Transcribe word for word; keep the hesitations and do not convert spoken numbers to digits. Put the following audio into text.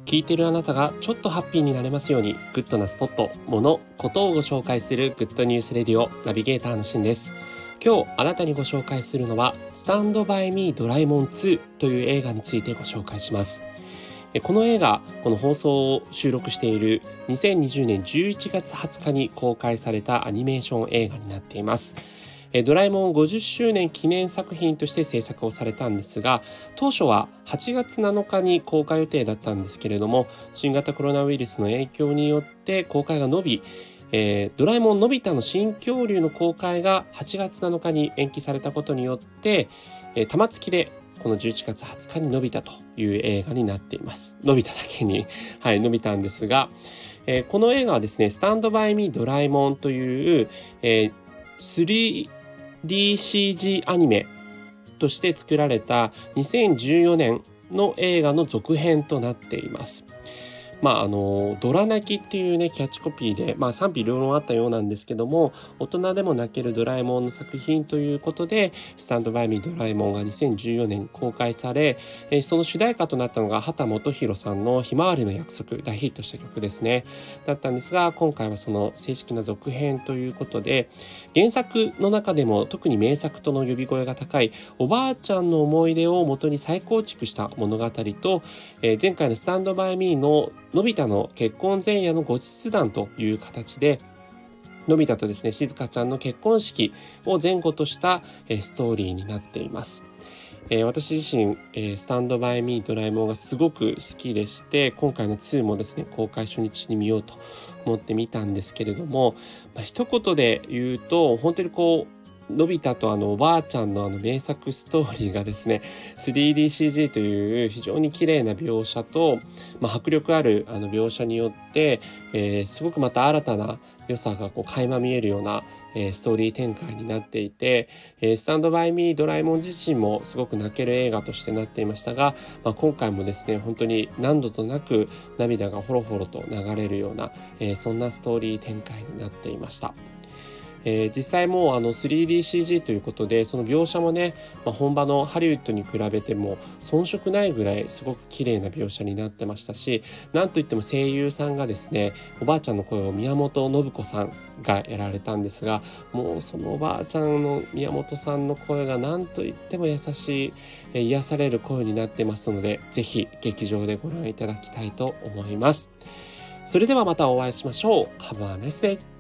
聞いているあなたがちょっとハッピーになれますように、グッドなスポット、もの、ことをご紹介するグッドニュースレディオナビゲーターのしんです。今日あなたにご紹介するのはスタンドバイミードラえもんツーという映画についてご紹介します。この映画、この放送を収録しているにせんにじゅうねんじゅういちがつはつかに公開されたアニメーション映画になっています。ドラえもんごじゅっしゅうねん記念作品として制作をされたんですが、当初ははちがつなのかに公開予定だったんですけれども、新型コロナウイルスの影響によって公開が延び、えー、ドラえもんのび太の新恐竜の公開がはちがつなのかに延期されたことによって、えー、玉突きでこのじゅういちがつはつかに伸びたという映画になっています。伸びただけに、はい、伸びたんですが、えー、この映画はですね、スタンドバイミードラえもんという、えー、スリーディーシージー アニメとして作られたにせんじゅうよねんの映画の続編となっています。まああのドラ泣きっていうねキャッチコピーで、まあ、賛否両論あったようなんですけども、大人でも泣けるドラえもんの作品ということでスタンドバイミードラえもんがにせんじゅうよねん公開され、えその主題歌となったのが畑基博さんのひまわりの約束、大ヒットした曲ですねだったんですが、今回はその正式な続編ということで、原作の中でも特に名作との呼び声が高いおばあちゃんの思い出を元に再構築した物語と、えー、前回のスタンドバイミーののび太の結婚前夜の後日談という形で、のび太とですねしずかちゃんの結婚式を前後としたストーリーになっています。えー、私自身、えー、スタンドバイミードラえもんがすごく好きでして、今回のツーもですね公開初日に見ようと思ってみたんですけれども、まあ、一言で言うと本当にこうのび太とあのおばあちゃんのあの名作ストーリーがですね スリーディーシージー という非常に綺麗な描写と、まあ、迫力あるあの描写によって、えー、すごくまた新たな良さがこう垣間見えるような、えー、ストーリー展開になっていて、えー、スタンドバイミードラえもん自身もすごく泣ける映画としてなっていましたが、まあ、今回もですね本当に何度となく涙がほろほろと流れるような、えー、そんなストーリー展開になっていました。えー、実際もうあの スリーディーシージー ということで、その描写もね、まあ、本場のハリウッドに比べても遜色ないぐらいすごく綺麗な描写になってましたし、なんといっても声優さんがですね、おばあちゃんの声を宮本信子さんがやられたんですが、もうそのおばあちゃんの宮本さんの声がなんといっても優しい、えー、癒される声になってますので、ぜひ劇場でご覧いただきたいと思います。それではまたお会いしましょう。Have a nice day!